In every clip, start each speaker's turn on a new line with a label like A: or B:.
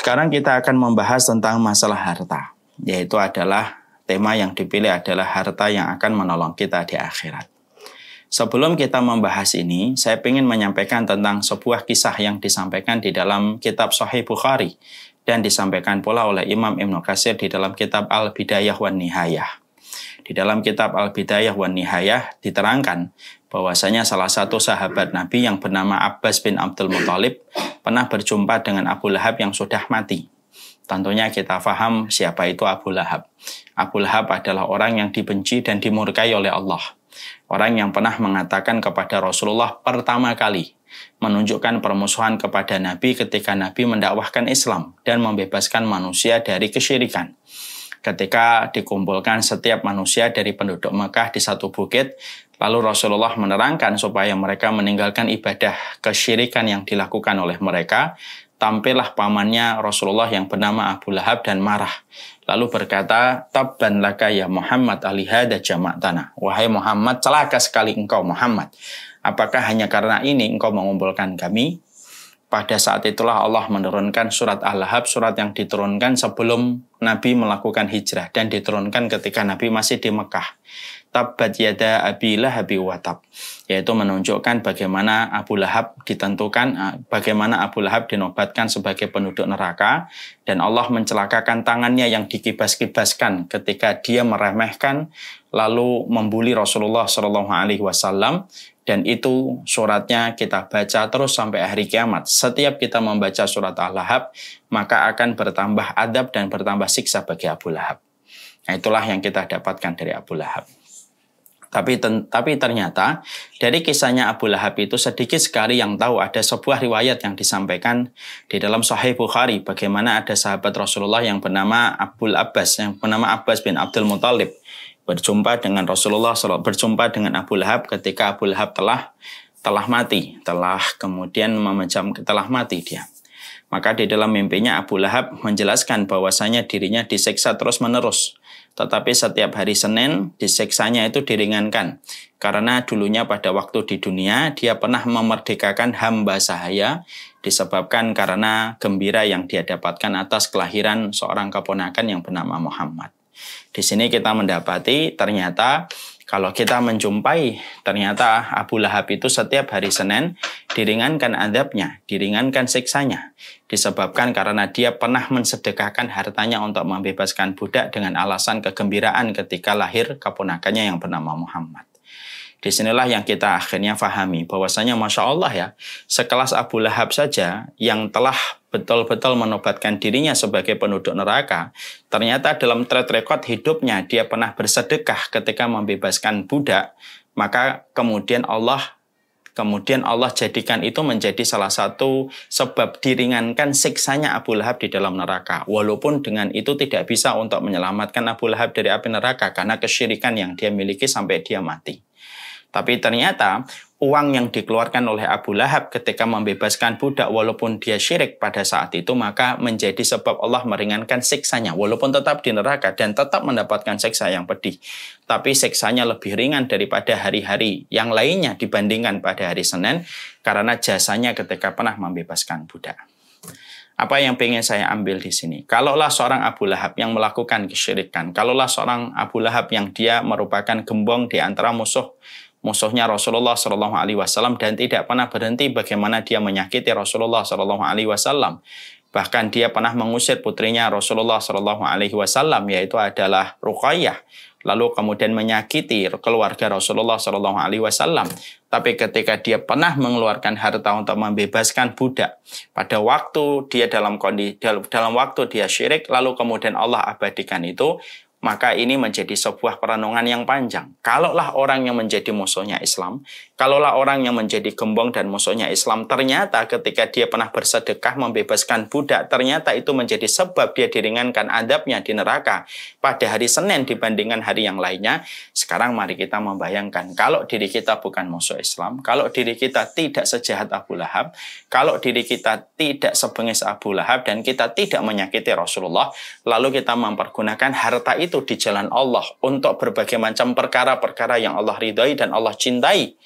A: Sekarang kita akan membahas tentang masalah harta, yaitu adalah tema yang dipilih adalah harta yang akan menolong kita di akhirat. Sebelum kita membahas ini, saya ingin menyampaikan tentang sebuah kisah yang disampaikan di dalam kitab Sahih Bukhari dan disampaikan pula oleh Imam Ibnu Katsir di dalam kitab Al-Bidayah wan Nihayah. Di dalam kitab Al-Bidayah wan Nihayah diterangkan bahwasanya salah satu sahabat Nabi yang bernama Abbas bin Abdul Muthalib pernah berjumpa dengan Abu Lahab yang sudah mati. Tentunya kita faham siapa itu Abu Lahab. Abu Lahab adalah orang yang dibenci dan dimurkai oleh Allah. Orang yang pernah mengatakan kepada Rasulullah pertama kali menunjukkan permusuhan kepada Nabi ketika Nabi mendakwahkan Islam dan membebaskan manusia dari kesyirikan. Ketika dikumpulkan setiap manusia dari penduduk Mekah di satu bukit, lalu Rasulullah menerangkan supaya mereka meninggalkan ibadah kesyirikan yang dilakukan oleh mereka. Tampillah pamannya Rasulullah yang bernama Abu Lahab dan marah. Lalu berkata, "Tabban laka ya Muhammad alihada jama'tana." Wahai Muhammad, celaka sekali engkau Muhammad. Apakah hanya karena ini engkau mengumpulkan kami? Pada saat itulah Allah menurunkan surat Al-Lahab, surat yang diturunkan sebelum Nabi melakukan hijrah dan diturunkan ketika Nabi masih di Mekah. Tabbat yada abi lahabi wa tab, yaitu menunjukkan bagaimana Abu Lahab ditentukan, bagaimana Abu Lahab dinobatkan sebagai penduduk neraka, dan Allah mencelakakan tangannya yang dikibas-kibaskan ketika dia meremehkan lalu membuli Rasulullah SAW. Dan itu suratnya kita baca terus sampai hari kiamat. Setiap kita membaca surat Al-Lahab, maka akan bertambah adab dan bertambah siksa bagi Abu Lahab. Nah, itulah yang kita dapatkan dari Abu Lahab. Tapi ternyata dari kisahnya Abu Lahab itu sedikit sekali yang tahu ada sebuah riwayat yang disampaikan di dalam Sahih Bukhari. Bagaimana ada sahabat Rasulullah yang bernama Abbas bin Abdul Muthalib berjumpa dengan Rasulullah, berjumpa dengan Abu Lahab ketika Abu Lahab telah mati, telah mati dia. Maka di dalam mimpinya Abu Lahab menjelaskan bahwasanya dirinya disiksa terus-menerus. Tetapi setiap hari Senin disiksanya itu diringankan. Karena dulunya pada waktu di dunia dia pernah memerdekakan hamba sahaya disebabkan karena gembira yang dia dapatkan atas kelahiran seorang keponakan yang bernama Muhammad. Di sini kita mendapati ternyata kalau kita menjumpai ternyata Abu Lahab itu setiap hari Senin diringankan adabnya, diringankan siksanya. Disebabkan karena dia pernah mensedekahkan hartanya untuk membebaskan budak dengan alasan kegembiraan ketika lahir keponakannya yang bernama Muhammad. Disinilah yang kita akhirnya fahami bahwasanya Masya Allah ya, sekelas Abu Lahab saja yang telah betul-betul menobatkan dirinya sebagai penduduk neraka, ternyata dalam track record hidupnya dia pernah bersedekah ketika membebaskan budak, maka kemudian Allah jadikan itu menjadi salah satu sebab diringankan siksanya Abu Lahab di dalam neraka. Walaupun dengan itu tidak bisa untuk menyelamatkan Abu Lahab dari api neraka karena kesyirikan yang dia miliki sampai dia mati. Tapi ternyata uang yang dikeluarkan oleh Abu Lahab ketika membebaskan budak walaupun dia syirik pada saat itu, maka menjadi sebab Allah meringankan siksanya. Walaupun tetap di neraka dan tetap mendapatkan siksa yang pedih. Tapi siksanya lebih ringan daripada hari-hari yang lainnya dibandingkan pada hari Senin karena jasanya ketika pernah membebaskan budak. Apa yang ingin saya ambil di sini? Kalaulah seorang Abu Lahab yang melakukan kesyirikan, kalaulah seorang Abu Lahab yang dia merupakan gembong di antara musuhnya Rasulullah SAW dan tidak pernah berhenti bagaimana dia menyakiti Rasulullah SAW. Bahkan dia pernah mengusir putrinya Rasulullah SAW, yaitu adalah Ruqayyah. Lalu kemudian menyakiti keluarga Rasulullah SAW. Tapi ketika dia pernah mengeluarkan harta untuk membebaskan budak, pada waktu dia dalam waktu dia syirik, lalu kemudian Allah abadikan itu, maka ini menjadi sebuah perenungan yang panjang. Kalaulah orang yang menjadi musuhnya Islam, kalaulah orang yang menjadi gembong dan musuhnya Islam, ternyata ketika dia pernah bersedekah membebaskan budak, ternyata itu menjadi sebab dia diringankan adabnya di neraka pada hari Senin dibandingkan hari yang lainnya. Sekarang mari kita membayangkan, kalau diri kita bukan musuh Islam, kalau diri kita tidak sejahat Abu Lahab, kalau diri kita tidak sebengis Abu Lahab, dan kita tidak menyakiti Rasulullah, lalu kita mempergunakan harta itu di jalan Allah untuk berbagai macam perkara-perkara yang Allah ridhai dan Allah cintai,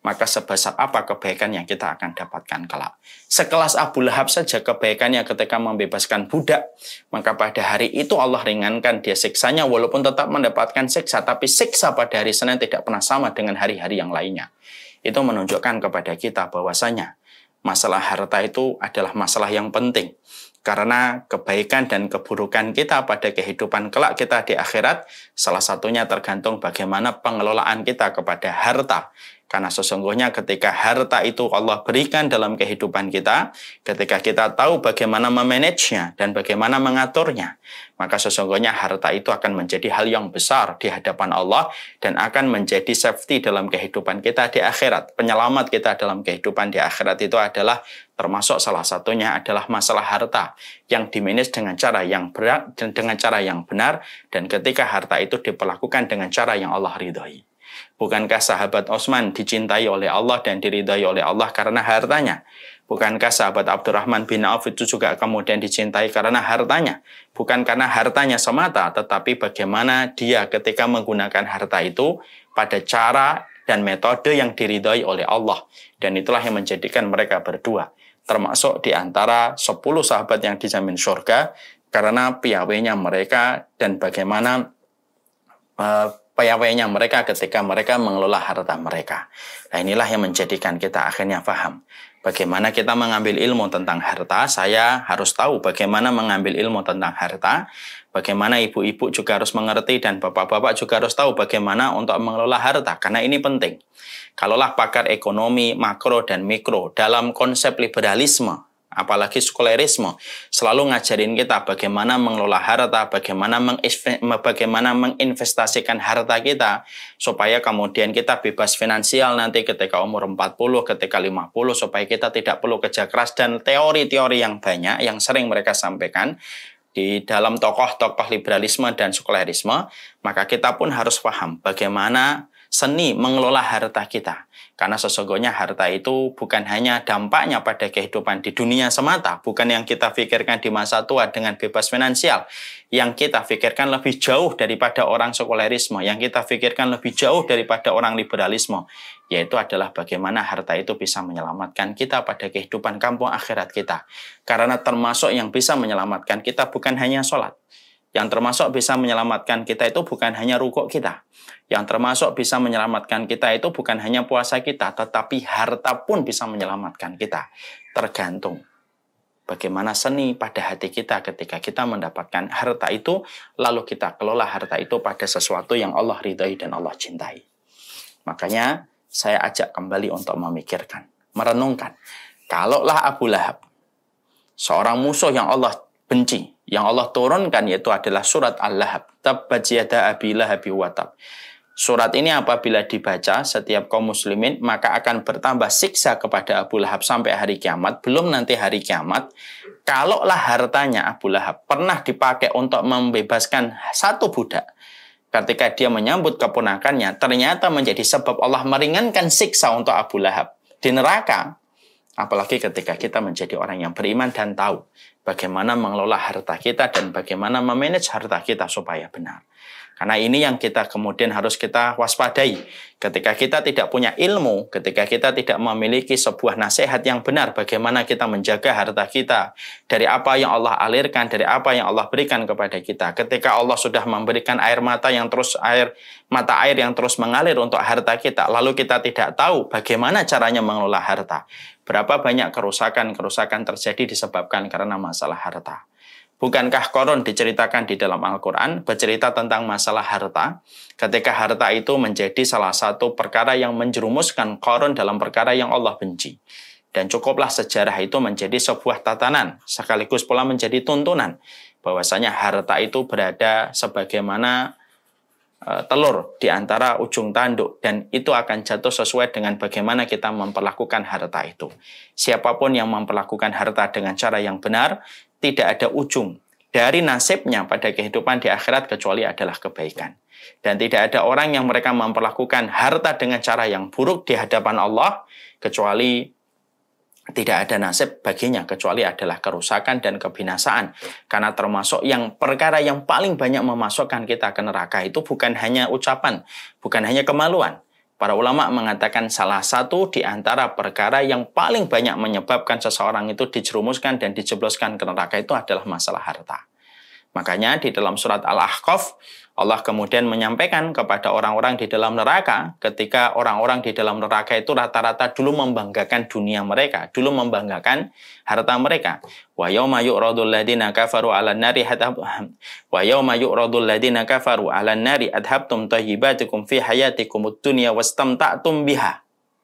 A: maka sebesar apa kebaikan yang kita akan dapatkan kelak. Sekelas Abu Lahab saja kebaikannya ketika membebaskan budak, maka pada hari itu Allah ringankan dia siksanya, walaupun tetap mendapatkan siksa, tapi siksa pada hari Senin tidak pernah sama dengan hari-hari yang lainnya. Itu menunjukkan kepada kita bahwasanya masalah harta itu adalah masalah yang penting. Karena kebaikan dan keburukan kita pada kehidupan kelak kita di akhirat, salah satunya tergantung bagaimana pengelolaan kita kepada harta. Karena sesungguhnya ketika harta itu Allah berikan dalam kehidupan kita, ketika kita tahu bagaimana memanagenya dan bagaimana mengaturnya, maka sesungguhnya harta itu akan menjadi hal yang besar di hadapan Allah dan akan menjadi safety dalam kehidupan kita di akhirat. Penyelamat kita dalam kehidupan di akhirat itu adalah termasuk salah satunya adalah masalah harta yang dimanage dengan cara yang berat dan dengan cara yang benar, dan ketika harta itu diperlakukan dengan cara yang Allah ridhoi. Bukankah sahabat Utsman dicintai oleh Allah dan diridhai oleh Allah karena hartanya? Bukankah sahabat Abdurrahman bin Auf itu juga kemudian dicintai karena hartanya? Bukan karena hartanya semata, tetapi bagaimana dia ketika menggunakan harta itu pada cara dan metode yang diridhai oleh Allah. Dan itulah yang menjadikan mereka berdua termasuk di antara 10 sahabat yang dijamin surga karena piawainya mereka dan bagaimana piawainya mereka ketika mereka mengelola harta mereka. Nah, inilah yang menjadikan kita akhirnya paham bagaimana kita mengambil ilmu tentang harta. Saya harus tahu bagaimana mengambil ilmu tentang harta, bagaimana ibu-ibu juga harus mengerti dan bapak-bapak juga harus tahu bagaimana untuk mengelola harta, karena ini penting. Kalaulah pakar ekonomi makro dan mikro dalam konsep liberalisme, apalagi sekulerisme, selalu ngajarin kita bagaimana mengelola harta, bagaimana menginvestasikan harta kita, supaya kemudian kita bebas finansial nanti ketika umur 40, ketika 50, supaya kita tidak perlu kerja keras, dan teori-teori yang banyak yang sering mereka sampaikan di dalam tokoh-tokoh liberalisme dan sekulerisme, maka kita pun harus paham bagaimana seni mengelola harta kita. Karena sesungguhnya harta itu bukan hanya dampaknya pada kehidupan di dunia semata, bukan yang kita pikirkan di masa tua dengan bebas finansial. Yang kita pikirkan lebih jauh daripada orang sekulerisme, yang kita pikirkan lebih jauh daripada orang liberalisme, yaitu adalah bagaimana harta itu bisa menyelamatkan kita pada kehidupan kampung akhirat kita. Karena termasuk yang bisa menyelamatkan kita bukan hanya sholat. Yang termasuk bisa menyelamatkan kita itu bukan hanya rukuk kita. Yang termasuk bisa menyelamatkan kita itu bukan hanya puasa kita, tetapi harta pun bisa menyelamatkan kita. Tergantung bagaimana seni pada hati kita ketika kita mendapatkan harta itu, lalu kita kelola harta itu pada sesuatu yang Allah ridhai dan Allah cintai. Makanya saya ajak kembali untuk memikirkan, merenungkan. Kalaulah Abu Lahab, seorang musuh yang Allah benci, yang Allah turunkan yaitu adalah surat Al-Lahab, tabbat yada abi lahabi wa tab. Surat ini apabila dibaca setiap kaum muslimin, maka akan bertambah siksa kepada Abu Lahab sampai hari kiamat. Belum nanti hari kiamat, kalaulah hartanya Abu Lahab pernah dipakai untuk membebaskan satu budak, ketika dia menyambut keponakannya, ternyata menjadi sebab Allah meringankan siksa untuk Abu Lahab di neraka. Apalagi ketika kita menjadi orang yang beriman dan tahu bagaimana mengelola harta kita dan bagaimana memanage harta kita supaya benar. Karena ini yang kita kemudian harus kita waspadai. Ketika kita tidak punya ilmu, ketika kita tidak memiliki sebuah nasihat yang benar, bagaimana kita menjaga harta kita dari apa yang Allah alirkan, dari apa yang Allah berikan kepada kita. Ketika Allah sudah memberikan mata air yang terus mengalir untuk harta kita, lalu kita tidak tahu bagaimana caranya mengelola harta. Berapa banyak kerusakan terjadi disebabkan karena masalah harta. Bukankah Qarun diceritakan di dalam Al-Quran bercerita tentang masalah harta, ketika harta itu menjadi salah satu perkara yang menjerumuskan Qarun dalam perkara yang Allah benci. Dan cukuplah sejarah itu menjadi sebuah tatanan, sekaligus pula menjadi tuntunan, bahwasanya harta itu berada sebagaimana telur di antara ujung tanduk, dan itu akan jatuh sesuai dengan bagaimana kita memperlakukan harta itu. Siapapun yang memperlakukan harta dengan cara yang benar, tidak ada ujung dari nasibnya pada kehidupan di akhirat kecuali adalah kebaikan. Dan tidak ada orang yang mereka memperlakukan harta dengan cara yang buruk di hadapan Allah kecuali tidak ada nasib baginya, kecuali adalah kerusakan dan kebinasaan. Karena termasuk yang perkara yang paling banyak memasukkan kita ke neraka itu bukan hanya ucapan, bukan hanya kemaluan, Para ulama mengatakan salah satu di antara perkara yang paling banyak menyebabkan seseorang itu dijerumuskan dan dijebloskan ke neraka itu adalah masalah harta. Makanya di dalam surat Al-Ahqaf, Allah kemudian menyampaikan kepada orang-orang di dalam neraka, ketika orang-orang di dalam neraka itu rata-rata dulu membanggakan dunia mereka, dulu membanggakan harta mereka. Wa yauma yu'radul ladzina kafaru 'alan nari wa yauma yu'radul ladzina kafaru 'alan nari adhabtum thayyibatikum fi hayatikumud dunya wastamta'tum biha.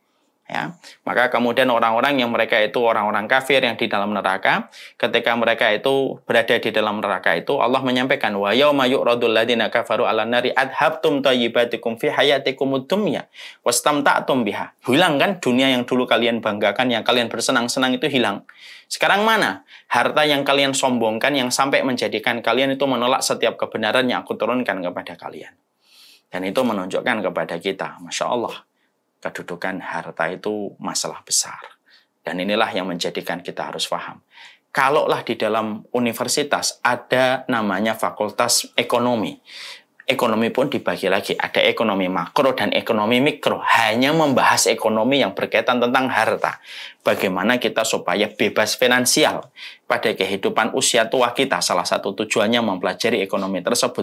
A: Ya, maka kemudian orang-orang yang mereka itu orang-orang kafir yang di dalam neraka, ketika mereka itu berada di dalam neraka itu, Allah menyampaikan wa yauma yu'radul ladzina kafaru 'alan nari adhabtum thayyibatikum fi hayatikumud dunya wastamta'tum biha. Hilang kan dunia yang dulu kalian banggakan, yang kalian bersenang-senang itu hilang. Sekarang mana harta yang kalian sombongkan yang sampai menjadikan kalian itu menolak setiap kebenaran yang aku turunkan kepada kalian. Dan itu menunjukkan kepada kita, Masya Allah, kedudukan harta itu masalah besar. Dan inilah yang menjadikan kita harus paham. Kalaulah di dalam universitas ada namanya fakultas ekonomi. Ekonomi pun dibagi lagi. Ada ekonomi makro dan ekonomi mikro. Hanya membahas ekonomi yang berkaitan tentang harta. Bagaimana kita supaya bebas finansial pada kehidupan usia tua kita. Salah satu tujuannya mempelajari ekonomi tersebut.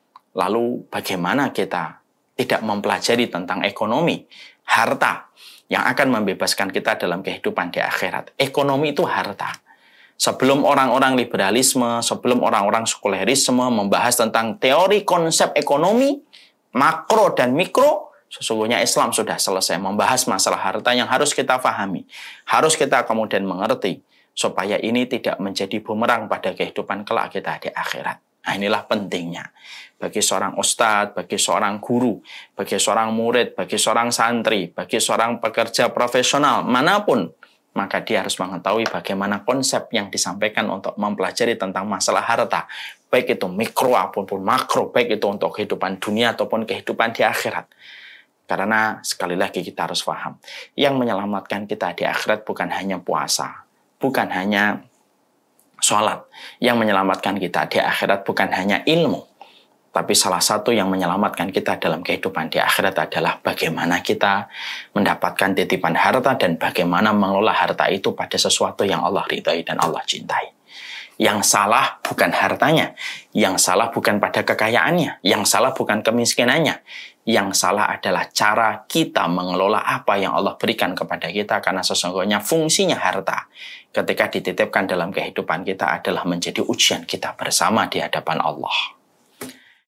A: Lalu bagaimana kita tidak mempelajari tentang ekonomi, harta yang akan membebaskan kita dalam kehidupan di akhirat. Ekonomi itu harta. Sebelum orang-orang liberalisme, sebelum orang-orang sekulerisme membahas tentang teori konsep ekonomi, makro dan mikro, sesungguhnya Islam sudah selesai membahas masalah harta yang harus kita pahami. Harus kita kemudian mengerti, supaya ini tidak menjadi bumerang pada kehidupan kelak kita di akhirat. Nah, inilah pentingnya bagi seorang ustadz, bagi seorang guru, bagi seorang murid, bagi seorang santri, bagi seorang pekerja profesional, manapun, maka dia harus mengetahui bagaimana konsep yang disampaikan untuk mempelajari tentang masalah harta, baik itu mikro ataupun makro, baik itu untuk kehidupan dunia ataupun kehidupan di akhirat. Karena sekali lagi kita harus paham, yang menyelamatkan kita di akhirat bukan hanya puasa, bukan hanya sholat. Yang menyelamatkan kita di akhirat bukan hanya ilmu, tapi salah satu yang menyelamatkan kita dalam kehidupan di akhirat adalah bagaimana kita mendapatkan titipan harta dan bagaimana mengelola harta itu pada sesuatu yang Allah ridhai dan Allah cintai. Yang salah bukan hartanya, yang salah bukan pada kekayaannya, yang salah bukan kemiskinannya. Yang salah adalah cara kita mengelola apa yang Allah berikan kepada kita, karena sesungguhnya fungsinya harta ketika dititipkan dalam kehidupan kita adalah menjadi ujian kita bersama di hadapan Allah.